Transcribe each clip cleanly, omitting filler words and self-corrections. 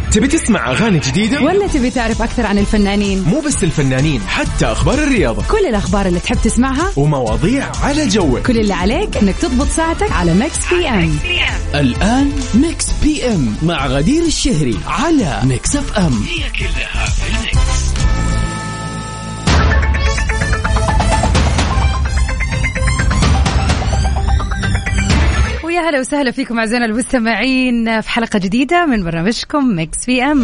تبي تسمع أغاني جديدة ولا تبي تعرف أكثر عن الفنانين؟ مو بس الفنانين، حتى أخبار الرياضة، كل الأخبار اللي تحب تسمعها ومواضيع على جوك. كل اللي عليك إنك تضبط ساعتك على ميكس بي ام. الآن ميكس بي ام مع غدير الشهري على ميكس اف ام. هي كلها في الميكس. ويا هلا وسهلا فيكم أعزائنا المستمعين في حلقة جديدة من برنامجكم ميكس بي ام.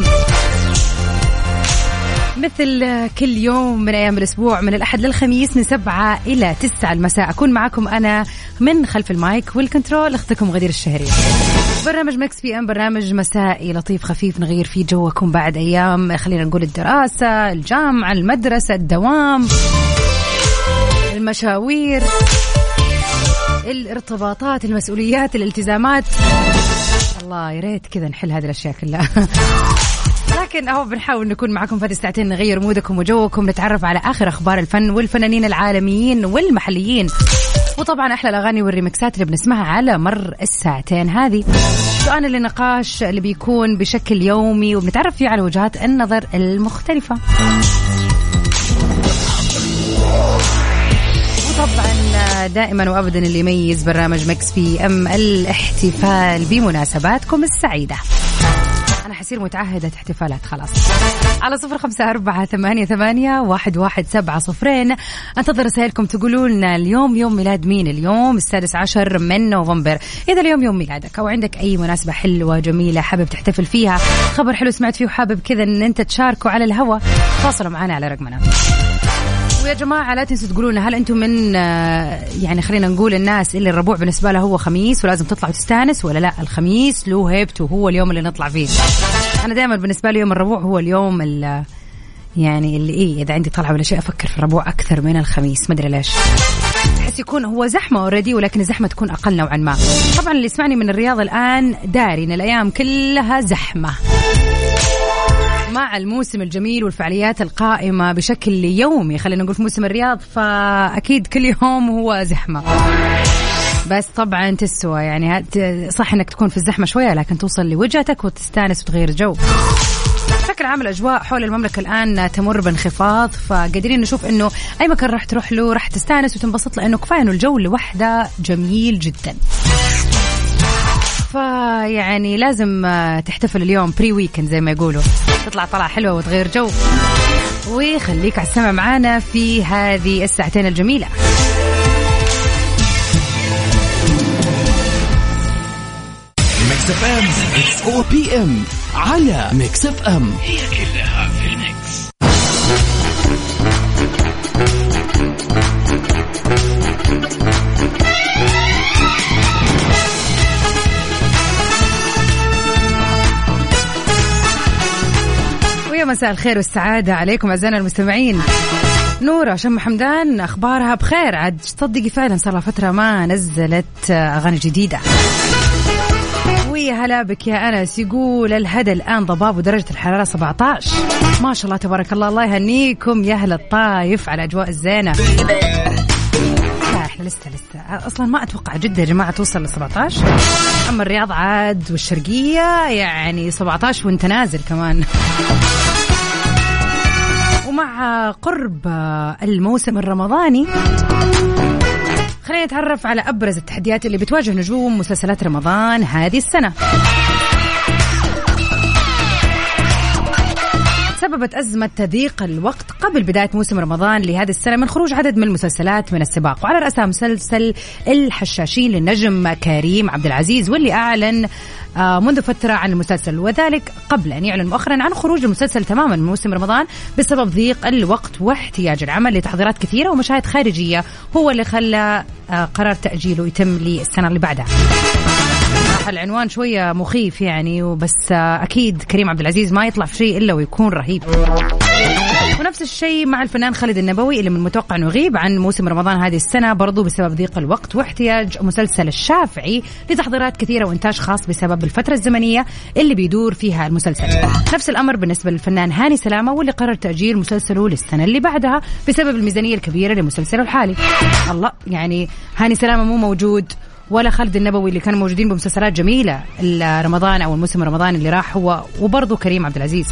مثل كل يوم من أيام الأسبوع من الأحد للخميس من 7 إلى 9 المساء أكون معكم أنا من خلف المايك والكنترول أختكم غدير الشهري. برنامج ميكس بي ام برنامج مسائي لطيف خفيف نغير فيه جوكم بعد أيام خلينا نقول الدراسة، الجامعة، المدرسة، الدوام، المشاوير، الارتباطات، المسؤوليات، الالتزامات. الله يريت كذا نحل هذه الأشياء كلها. لكن أهو بنحاول نكون معكم في هذه الساعتين نغير مودكم وجوكم، نتعرف على آخر أخبار الفن والفنانين العالميين والمحليين، وطبعا أحلى الأغاني والريمكسات اللي بنسمعها على مر الساعتين هذه. سؤال للنقاش اللي بيكون بشكل يومي وبنتعرف فيه على وجهات النظر المختلفة. طبعا دائما وابدا اللي يميز برنامج ميكس بي ام الاحتفال بمناسباتكم السعيده. انا حصير متعهده احتفالات خلاص. على 0548811700 انتظر رسائلكم تقولوا لنا اليوم يوم ميلاد مين. اليوم 16 من نوفمبر. اذا اليوم يوم ميلادك او عندك اي مناسبه حلوه جميله حابب تحتفل فيها، خبر حلو سمعت فيه وحابب كذا ان انت تشاركه على الهواء، تواصلوا معنا على رقمنا. ويا جماعة لا تنسوا تقولون هل أنتم من يعني خلينا نقول الناس اللي الربوع بالنسبة له هو خميس ولازم تطلع وتستانس، ولا لا الخميس له هيبته هو اليوم اللي نطلع فيه. أنا دائما بالنسبة لي يوم الربوع هو اليوم اللي يعني اللي إذا عندي طلعة ولا شيء أفكر في الربوع أكثر من الخميس، ما أدري ليش. أحس يكون هو زحمة أوريدي ولكن الزحمة تكون أقل نوعا ما. طبعا اللي يسمعني من الرياض الآن داري إن الأيام كلها زحمة مع الموسم الجميل والفعاليات القائمة بشكل يومي. خلينا نقول في موسم الرياض فأكيد كل يوم هو زحمة، بس طبعا تسوى يعني صح انك تكون في الزحمة شوية لكن توصل لوجهتك وتستانس وتغير جو. بشكل عام الأجواء حول المملكة الآن تمر بانخفاض، فقادرين نشوف إنه أي مكان راح تروح له راح تستانس وتنبسط، لأنه كفاية إنه الجو لوحده جميل جدا. فيعني لازم تحتفل اليوم بري ويكند زي ما يقولوا، تطلع طلعة حلوة وتغير جو. وخليك على السمع معانا في هذه الساعتين الجميلة. ميكس اف ام It's 4 PM على ميكس اف ام. هي كلها في الميكس. مساء الخير والسعادة عليكم أعزائنا المستمعين. نورة شم حمدان أخبارها بخير، عاد صدقي فعلا صار لها فترة ما نزلت أغاني جديدة. ويا هلا بك يا أنس يقول الهدى الآن ضباب ودرجة الحرارة 17 ما شاء الله تبارك الله. الله يهنيكم يا أهل الطايف على أجواء الزينة. لا إحنا لسه أصلا ما أتوقع جدة يا جماعة توصل ل 17. أما الرياض عاد والشرقية يعني 17 وانت نازل كمان. ومع قرب الموسم الرمضاني خلينا نتعرف على أبرز التحديات اللي بتواجه نجوم مسلسلات رمضان هذه السنة. سببت أزمة تضييق الوقت قبل بداية موسم رمضان لهذه السنة من خروج عدد من المسلسلات من السباق، وعلى رأسها مسلسل الحشاشين للنجم كريم عبد العزيز، واللي أعلن منذ فترة عن المسلسل، وذلك قبل أن يعلن مؤخرا عن خروج المسلسل تماما من موسم رمضان بسبب ضيق الوقت واحتياج العمل لتحضيرات كثيرة ومشاهد خارجية هو اللي خلى قرار تأجيله يتم للسنة اللي بعدها. العنوان شوية مخيف يعني، وبس أكيد كريم عبد العزيز ما يطلع في شيء إلا ويكون رهيب. ونفس الشيء مع الفنان خالد النبوي اللي من المتوقع أنه يغيب عن موسم رمضان هذه السنة برضو بسبب ضيق الوقت واحتياج مسلسل الشافعي لتحضيرات كثيرة وإنتاج خاص بسبب الفترة الزمنية اللي بيدور فيها المسلسل. نفس الأمر بالنسبة للفنان هاني سلامة واللي قرر تأجيل مسلسله للسنة اللي بعدها بسبب الميزانية الكبيرة لمسلسله الحالي. الله، يعني هاني سلامة مو موجود ولا خالد النبوي اللي كانوا موجودين بمسلسلات جميلة رمضان أو الموسم رمضان اللي راح، هو وبرضه كريم عبد العزيز.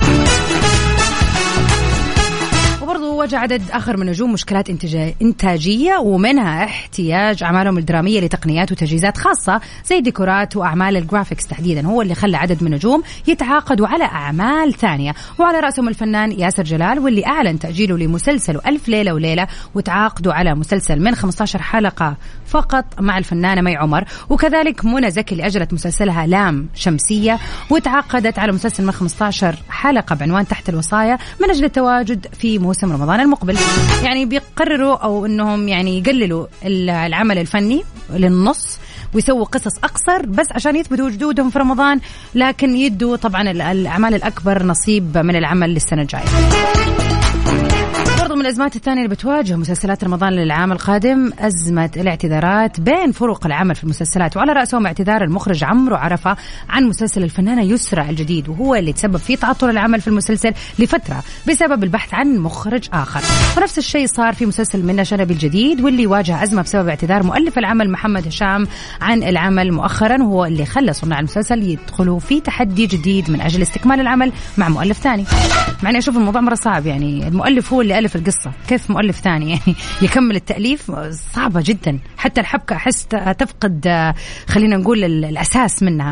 وبرضه واجه عدد آخر من نجوم مشكلات إنتاجية، ومنها احتياج أعمالهم الدرامية لتقنيات وتجهيزات خاصة زي الديكورات وأعمال الجرافيكس تحديدا، هو اللي خلى عدد من نجوم يتعاقدوا على أعمال ثانية، وعلى رأسهم الفنان ياسر جلال واللي أعلن تأجيله لمسلسله ألف ليلة وليلة، وتعاقدوا على مسلسل من 15 حلقة فقط مع الفنانة مي عمر، وكذلك منى زكي اللي أجرت مسلسلها لام شمسية وتعاقدت على مسلسل من 15 حلقة بعنوان تحت الوصايا من أجل التواجد في موسم رمضان المقبل. يعني بيقرروا أو أنهم يعني يقللوا العمل الفني للنص ويسووا قصص أقصر بس عشان يثبتوا وجودهم في رمضان، لكن يدوا طبعا الأعمال الأكبر نصيب من العمل للسنة الجاية. برضو من الأزمات الثانية اللي بتواجه مسلسلات رمضان للعام القادم أزمة الاعتذارات بين فرق العمل في المسلسلات، وعلى رأسهم اعتذار المخرج عمرو عرفة عن مسلسل الفنانة يسرى الجديد، وهو اللي تسبب في تعطل العمل في المسلسل لفترة بسبب البحث عن مخرج آخر. ونفس الشيء صار في مسلسل منة شنبي الجديد واللي واجه أزمة بسبب اعتذار مؤلف العمل محمد هشام عن العمل مؤخرا، وهو اللي خلى صناع المسلسل يدخلوا في تحدي جديد من أجل استكمال العمل مع مؤلف ثاني. معني أشوف الموضوع مرة صعب، يعني المؤلف هو اللي ألف القصة، كيف مؤلف ثاني يعني يكمل التأليف؟ صعبة جدا، حتى الحبكة أحس تفقد خلينا نقول الأساس منها.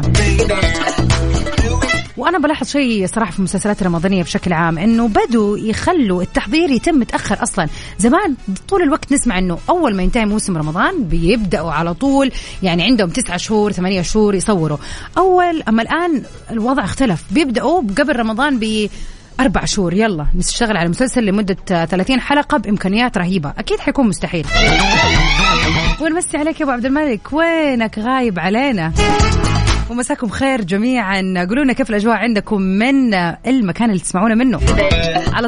وأنا بلاحظ شيء صراحة في المسلسلات الرمضانية بشكل عام، إنه بدوا يخلوا التحضير يتم متأخر. أصلا زمان طول الوقت نسمع إنه أول ما ينتهي موسم رمضان بيبدأوا على طول، يعني عندهم 9 شهور 8 شهور يصوروا أما الآن الوضع اختلف، بيبدأوا قبل رمضان 4 شهور يلا نشتغل على مسلسل لمدة 30 حلقة بإمكانيات رهيبة. أكيد حيكون مستحيل. ونمسي عليك يا أبو عبد الملك، وينك غايب علينا؟ ومساكم خير جميعا. قولونا كيف الأجواء عندكم من المكان اللي تسمعونا منه على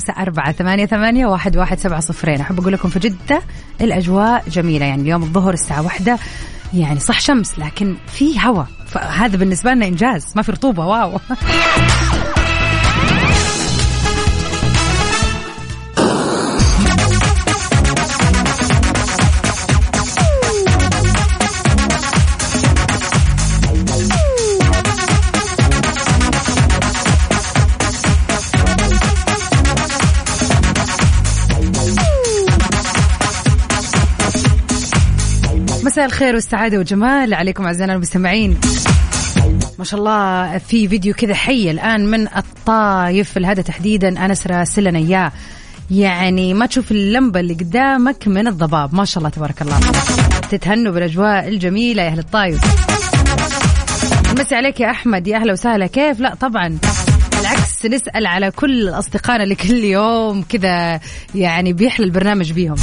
0548811700. أحب أقول لكم في جدة الأجواء جميلة، يعني اليوم الظهر الساعة 1 يعني صح شمس لكن في هواء، فهذا بالنسبة لنا إنجاز، ما في رطوبة. واو. مساء الخير والسعادة والجمال عليكم أعزائنا المستمعين. ما شاء الله في فيديو كذا حي الآن من الطايف، هذا تحديدا أنا سراسلنا إياه، يعني ما تشوف اللمبة اللي قدامك من الضباب. ما شاء الله تبارك الله، تتهنوا بالأجواء الجميلة يا أهل الطايف. مسي عليك يا أحمد، يا أهلا وسهلا. كيف؟ لا طبعا بالعكس، نسأل على كل أصدقائنا اللي كل يوم كذا يعني بيحلى البرنامج بيهم.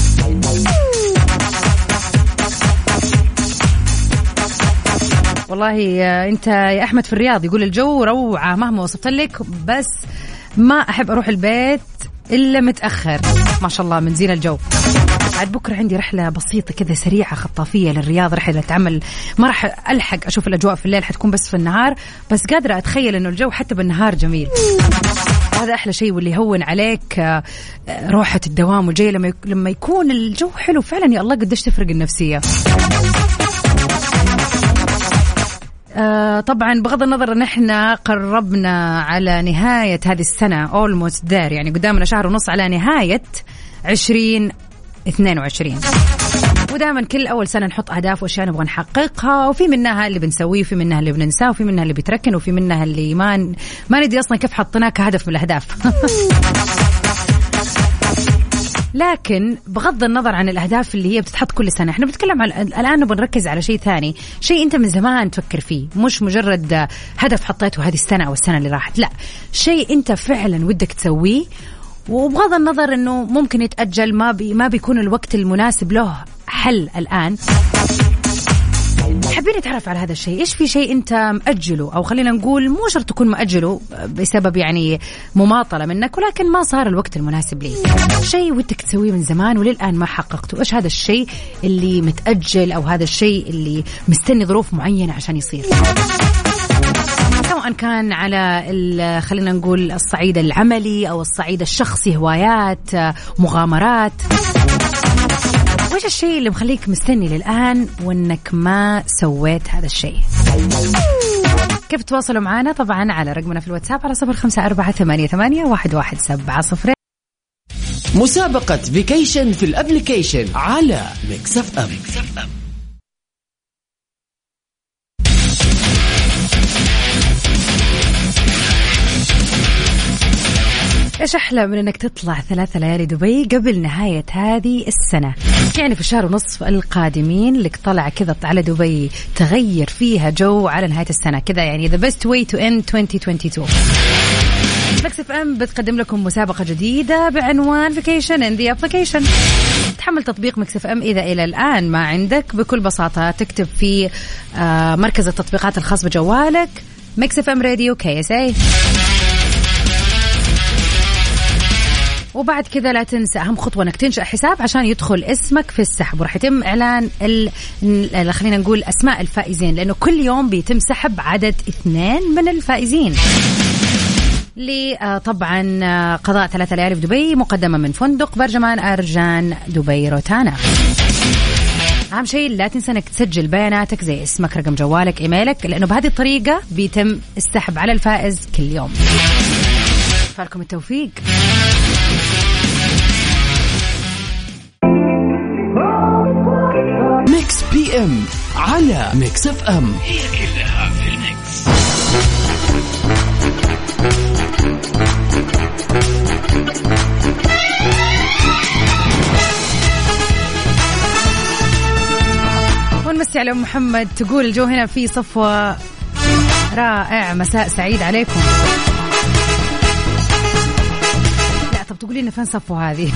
والله أنت يا أحمد في الرياض، يقول الجو روعة مهما وصفت لك، بس ما أحب أروح البيت إلا متأخر. ما شاء الله من زين الجو. بعد بكرة عندي رحلة بسيطة كذا سريعة خطافية للرياض، رحلة تعمل، ما راح ألحق أشوف الأجواء في الليل، حتكون بس في النهار، بس قادرة أتخيل إنه الجو حتى بالنهار جميل. هذا أحلى شيء، واللي يهون عليك روحة الدوام والجاي لما يكون الجو حلو فعلا. يا الله قديش تفرق النفسية. طبعا بغض النظر ان احنا قربنا على نهاية هذه السنة almost there، يعني قدامنا شهر ونص على نهاية 2022. ودائما كل أول سنة نحط أهداف وأشياء نبغى نحققها، وفي منها اللي بنسويه وفي منها اللي بننساه وفي منها اللي بيتركن وفي منها اللي ما ندري أصلا كيف حطيناه كهدف من الأهداف. لكن بغض النظر عن الأهداف اللي هي بتتحط كل سنة، احنا بنتكلم الآن نبغى نركز على شيء ثاني، شيء أنت من زمان تفكر فيه، مش مجرد هدف حطيته هذه السنة أو السنة اللي راحت، لا شيء أنت فعلا ودك تسويه، وبغض النظر أنه ممكن يتأجل، ما بيكون الوقت المناسب له حل الآن. حابين نتعرف على هذا الشيء. إيش في شيء أنت مأجله، أو خلينا نقول مو شرط تكون مأجله بسبب يعني مماطلة منك، ولكن ما صار الوقت المناسب ليك، شيء ودك تسويه من زمان وللآن ما حققته. إيش هذا الشيء اللي متأجل، أو هذا الشيء اللي مستني ظروف معينة عشان يصير، سواء كان على خلينا نقول الصعيد العملي أو الصعيد الشخصي، هوايات، مغامرات. وإيش الشيء اللي مخليك مستني للآن وإنك ما سويت هذا الشيء؟ كيف تواصلوا معنا؟ طبعا على رقمنا في الواتساب على 0548811700. مسابقة فيكيشن في الابليكيشن على ميكس اف ام. إيش أحلى من أنك تطلع 3 ليالي دبي قبل نهاية هذه السنة؟ يعني في شهر ونصف القادمين لك طلع كذا على دبي تغير فيها جو على نهاية السنة كذا، يعني the best way to end 2022. ميكس اف ام بتقدم لكم مسابقة جديدة بعنوان Vacation in the Application. تحمل تطبيق ميكس اف ام إذا إلى الآن ما عندك، بكل بساطة تكتب في مركز التطبيقات الخاص بجوالك ميكس اف ام راديو KSA، وبعد كذا لا تنسى أهم خطوة أنك تنشأ حساب عشان يدخل اسمك في السحب، ورح يتم إعلان خلينا نقول أسماء الفائزين، لأنه كل يوم بيتم سحب عدد 2 من الفائزين طبعا قضاء 3 ليالي في دبي مقدمة من فندق برجمان أرجان دبي روتانا. أهم شيء لا تنسى أنك تسجل بياناتك زي اسمك، رقم جوالك، إيميلك، لأنه بهذه الطريقة بيتم السحب على الفائز كل يوم. فالكم التوفيق. ميكس بي ام على ميكس اف ام، هي كلها في الميكس. ونمسي على أم محمد، تقول الجو هنا في صفوة رائع، مساء سعيد عليكم. لا طب تقولي لنا فين صفوة هذه؟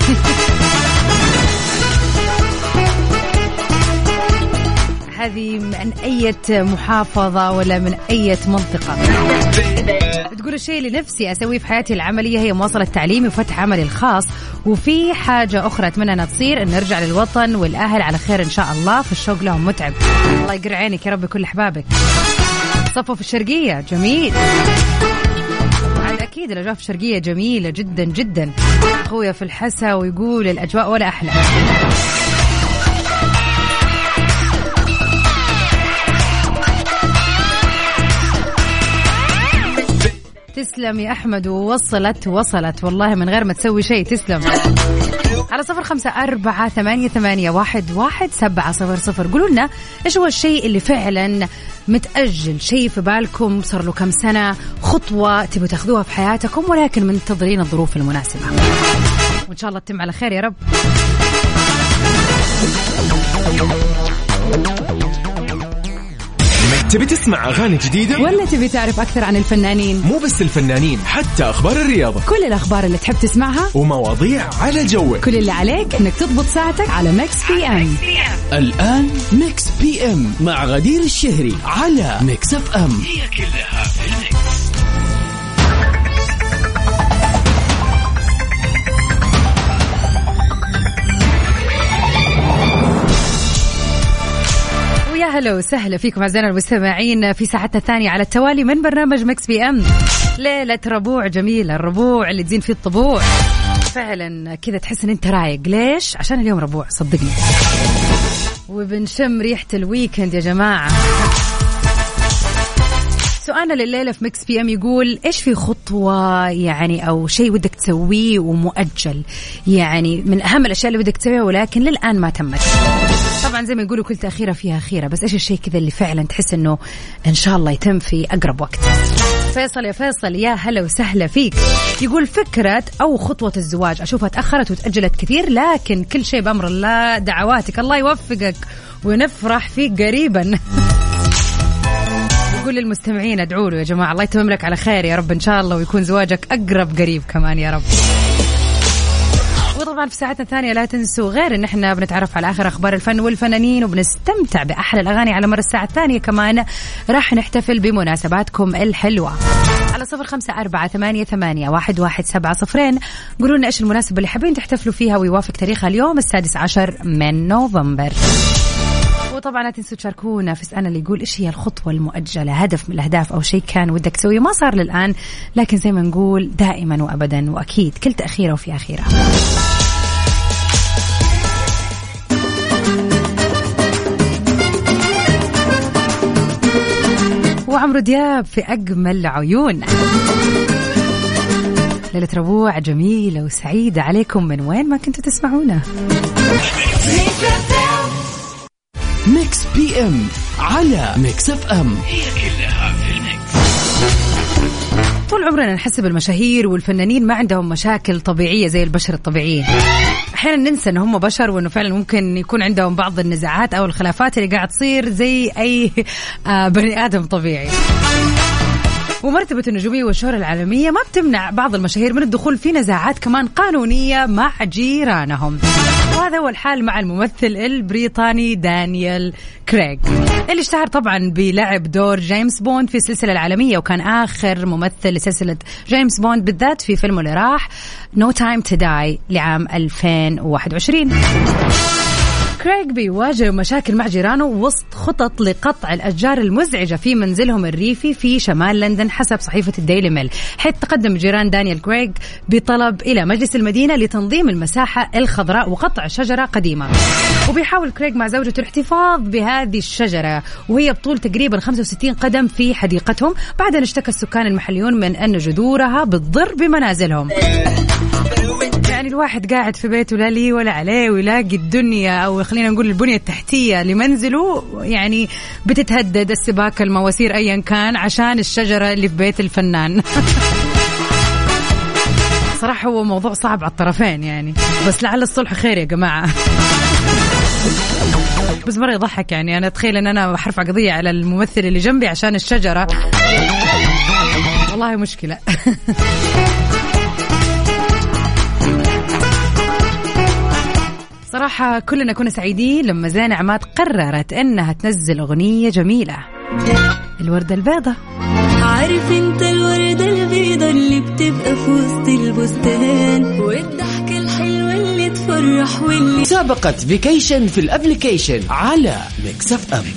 هذه من أي محافظة ولا من أي منطقة؟ تقول الشيء اللي نفسي أسويه في حياتي العملية هي مواصلة تعليمي وفتح عملي الخاص، وفي حاجة أخرى أتمنى أن تصير، أن نرجع للوطن والأهل على خير إن شاء الله، في الشوق لهم متعب. الله يقر عينك يا رب كل أحبابك. صفوة في الشرقية جميل، أكيد الأجواء في الشرقية جميلة جدا جدا. أخويا في الحسا ويقول الأجواء ولا أحلى. تسلم يا أحمد، ووصلت والله من غير ما تسوي شيء، تسلم. على 0548811700 قولوا لنا إيش هو الشيء اللي فعلا متأجل، شيء في بالكم صار له كم سنة، خطوة تبوا تاخذوها في حياتكم ولكن منتظرين الظروف المناسبة، وإن شاء الله تتم على خير يا رب. تبي تسمع أغاني جديدة ولا تبي تعرف أكثر عن الفنانين؟ مو بس الفنانين، حتى أخبار الرياضة، كل الأخبار اللي تحب تسمعها ومواضيع على جوك. كل اللي عليك إنك تضبط ساعتك على ميكس بي ام. الآن ميكس بي ام مع غدير الشهري على ميكس اف ام، هي كلها في الميكس. هلا وسهلا فيكم أعزائنا المستمعين في ساعتنا الثانية على التوالي من برنامج ميكس بي ام. ليلة ربوع جميلة، الربوع اللي تزين فيه الطبوع، فعلا كذا تحس ان انت رايق. ليش؟ عشان اليوم ربوع صدقني، وبنشم ريحة الويكند يا جماعة. سؤالنا لليلة في ميكس بي ام يقول إيش في خطوة يعني أو شيء ودك تسويه ومؤجل، يعني من أهم الأشياء اللي بدك تسويها ولكن للآن ما تمت. طبعا زي ما يقولوا كل تأخيرة فيها خيرة، بس إيش الشيء كذا اللي فعلا تحس إنه إن شاء الله يتم في أقرب وقت؟ فيصل يا فيصل يا هلا وسهلا فيك، يقول فكرة أو خطوة الزواج أشوفها تأخرت وتأجلت كثير، لكن كل شيء بأمر الله، دعواتك الله يوفقك ونفرح فيك قريبا. كل المستمعين ادعوا له يا جماعة، الله يتمم لك على خير يا رب إن شاء الله، ويكون زواجك أقرب قريب كمان يا رب. وطبعا في ساعتنا الثانية لا تنسوا غير إن احنا بنتعرف على آخر أخبار الفن والفنانين وبنستمتع بأحلى الأغاني على مر الساعة الثانية، كمان راح نحتفل بمناسباتكم الحلوة على 0548811700. قولوا لنا إيش المناسبة اللي حابين تحتفلوا فيها ويوافق تاريخها اليوم 16 من نوفمبر. وطبعا لا تنسوا تشاركونا في سؤالنا اللي يقول إيش هي الخطوة المؤجلة، هدف من الأهداف أو شيء كان ودك تسويه ما صار للآن، لكن زي ما نقول دائما وأبدا وأكيد كل تأخيرة وفي أخيرة. عمرو دياب في أجمل عيون. ليلة ربوع جميلة وسعيدة عليكم من وين ما كنتوا تسمعونا. ميكس بي ام على ميكس اف ام، هي كلها في الميكس. طول عمرنا نحسب المشاهير والفنانين ما عندهم مشاكل طبيعية زي البشر الطبيعيين. أحيانا ننسى أنه هم بشر، وأنه فعلا ممكن يكون عندهم بعض النزاعات أو الخلافات اللي قاعد تصير زي أي بني آدم طبيعي. ومرتبة النجومية والشهرة العالمية ما بتمنع بعض المشاهير من الدخول في نزاعات كمان قانونية مع جيرانهم، وهذا هو الحال مع الممثل البريطاني دانيال كريغ، اللي اشتهر طبعا بلعب دور جيمس بوند في السلسلة العالمية، وكان آخر ممثل لسلسلة جيمس بوند بالذات في فيلمه اللي راح No Time to Die لعام 2021. كريغ بيواجه مشاكل مع جيرانه وسط خطط لقطع الأشجار المزعجة في منزلهم الريفي في شمال لندن حسب صحيفة الديلي ميل، حيث تقدم جيران دانيال كريغ بطلب إلى مجلس المدينة لتنظيم المساحة الخضراء وقطع شجرة قديمة. وبيحاول كريغ مع زوجته الاحتفاظ بهذه الشجرة وهي بطول تقريبا 65 قدم في حديقتهم، بعد أن اشتكى السكان المحليون من أن جذورها بتضر بمنازلهم. يعني الواحد قاعد في بيته لا لي ولا عليه، ويلاقي الدنيا أو خلينا نقول البنية التحتية لمنزله يعني بتتهدد، السباكة المواسير أيا كان، عشان الشجرة اللي في بيت الفنان. صراحة هو موضوع صعب على الطرفين يعني، بس لعل الصلح خير يا جماعة. بس مرة يضحك يعني، أنا أتخيل أن أنا حرفع قضية على الممثل اللي جنبي عشان الشجرة، والله مشكلة. صراحة كلنا كنا سعيدين لما زين عماد قررت انها تنزل اغنية جميلة، الوردة البيضة. عارف انت الوردة البيضة اللي بتبقى في وسط البستان، والضحك الحلوة اللي تفرح واللي مسابقة فيكيشن في الابليكيشن على ميكس اف ام.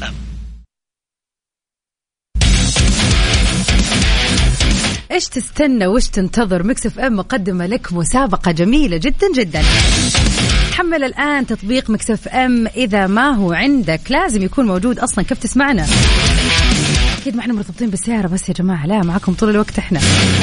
ايش تستنى وش تنتظر؟ ميكس اف ام مقدمة لك مسابقة جميلة جدا جدا. حمل الآن تطبيق ميكس اف ام، إذا ما هو عندك لازم يكون موجود أصلا. كيف تسمعنا؟ أكيد ما احنا مرتبطين بالسيارة بس يا جماعة، لا معكم طول الوقت احنا.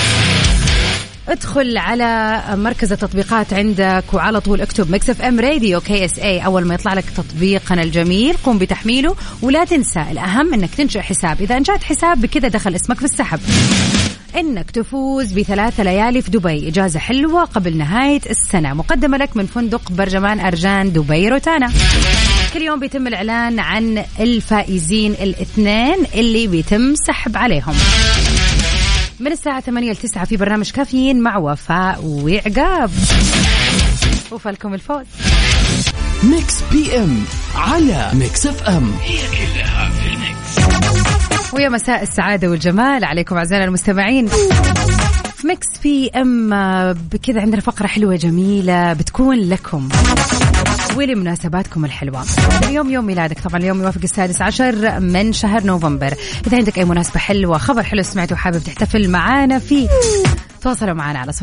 ادخل على مركز التطبيقات عندك وعلى طول اكتب ميكس اف ام راديو KSA. أول ما يطلع لك تطبيقنا الجميل قم بتحميله، ولا تنسى الأهم انك تنشئ حساب. إذا انشأت حساب بكذا دخل اسمك في السحب، إنك تفوز ب3 ليالي في دبي، إجازة حلوة قبل نهاية السنة، مقدمة لك من فندق برجمان أرجان دبي روتانا. كل يوم بيتم الإعلان عن الفائزين الاثنين اللي بيتم سحب عليهم من الساعة 8 ل9 في برنامج كافيين مع وفاء وعقاب. وفالكم الفوز. ميكس بي ام على ميكس اف ام، هي كلها في الميكس. ويا مساء السعادة والجمال عليكم أعزائنا المستمعين. ميكس بي ام بكذا عندنا فقرة حلوة جميلة بتكون لكم ولمناسباتكم الحلوة. اليوم يوم ميلادك، طبعا اليوم يوافق 16 من شهر نوفمبر. إذا عندك أي مناسبة حلوة، خبر حلو سمعته وحابب تحتفل معانا فيه، تواصلوا معنا على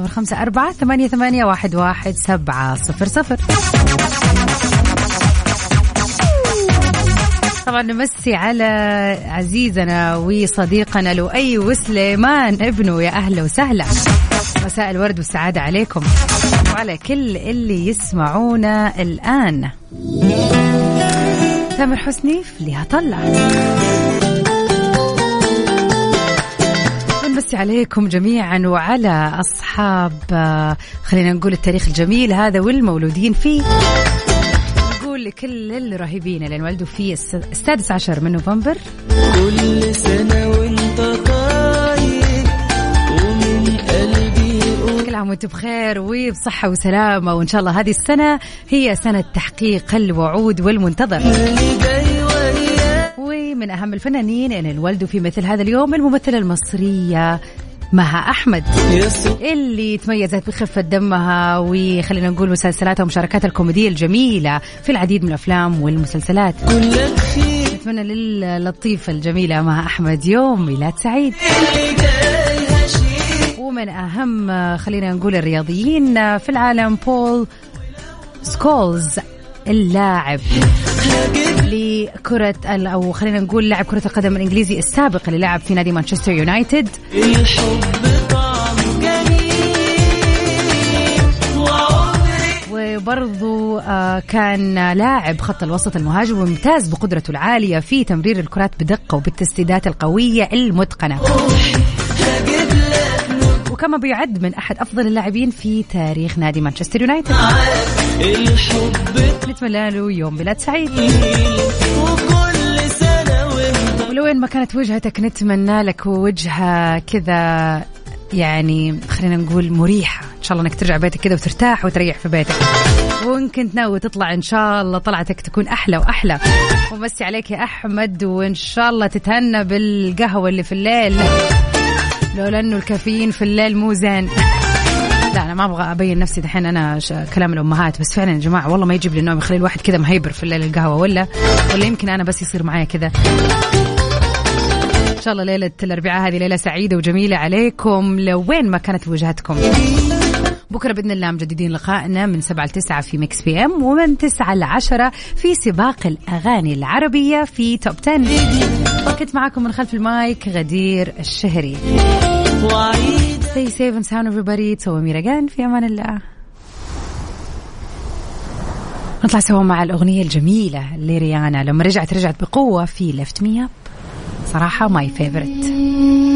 0548811700. طبعا نمسي على عزيزنا وصديقنا لؤي وسليمان ابنه، يا أهلا وسهلا، مساء الورد والسعادة عليكم وعلى كل اللي يسمعونا الآن. تامر حسني في ليها طلع. نمسي عليكم جميعا وعلى أصحاب خلينا نقول التاريخ الجميل هذا والمولودين فيه. لكل الرهيبين اللي انولدوا في 16 من نوفمبر، كل سنة وانت طيب ومن قلبي كل عام وانتم بخير وبصحة وسلامة، وإن شاء الله هذه السنة هي سنة تحقيق الوعود والمنتظر. ومن أهم الفنانين اللي انولدوا في مثل هذا اليوم الممثلة المصرية مها أحمد، اللي تميزت بخفة دمها وخلينا نقول مسلسلاتها ومشاركاتها الكوميدية الجميلة في العديد من الأفلام والمسلسلات. نتمنى للطيفة الجميلة مها أحمد يوم ميلاد سعيد. ومن أهم خلينا نقول الرياضيين في العالم بول سكولز، اللاعب لكرة أو خلينا نقول لاعب كرة القدم الإنجليزي السابق اللي لعب في نادي مانشستر يونايتد. وبرضو كان لاعب خط الوسط المهاجم وممتاز بقدرته العالية في تمرير الكرات بدقة وبالتسديدات القوية المتقنة، وكما بيعد من أحد أفضل اللاعبين في تاريخ نادي مانشستر يونايتد. نتمنى له يوم ميلاد سعيد، ولو وين ما كانت وجهتك نتمنى لك وجهة كذا يعني خلينا نقول مريحة. إن شاء الله أنك ترجع بيتك كذا وترتاح وتريح في بيتك، وإن كنت ناوي تطلع إن شاء الله طلعتك تكون أحلى وأحلى. ومسي عليك يا أحمد، وإن شاء الله تتهنى بالقهوة اللي في الليل، لو لأنه الكافيين في الليل مو زين. لا أنا ما أبغى أبين نفسي دحين أنا كلام الأمهات، بس فعلا يا جماعة والله ما يجيب لي النوم، يخلي الواحد كذا مهيبر في الليل القهوة، ولا يمكن أنا بس يصير معايا كذا. إن شاء الله ليلة الأربعاء هذه ليلة سعيدة وجميلة عليكم لو وين ما كانت وجهتكم. بكرة بإذن الله مجددين لقائنا من 7 ل 9 في ميكس بي ام، ومن 9 ل 10 في سباق الأغاني العربية في توب 10. كنت معكم من خلف المايك غدير الشهري. Stay safe and sound everybody. تسوى ميرجان في أمان الله. نطلع سوا مع الأغنية الجميلة لريانا لما رجعت بقوة في Lift Me Up. صراحة my favorite.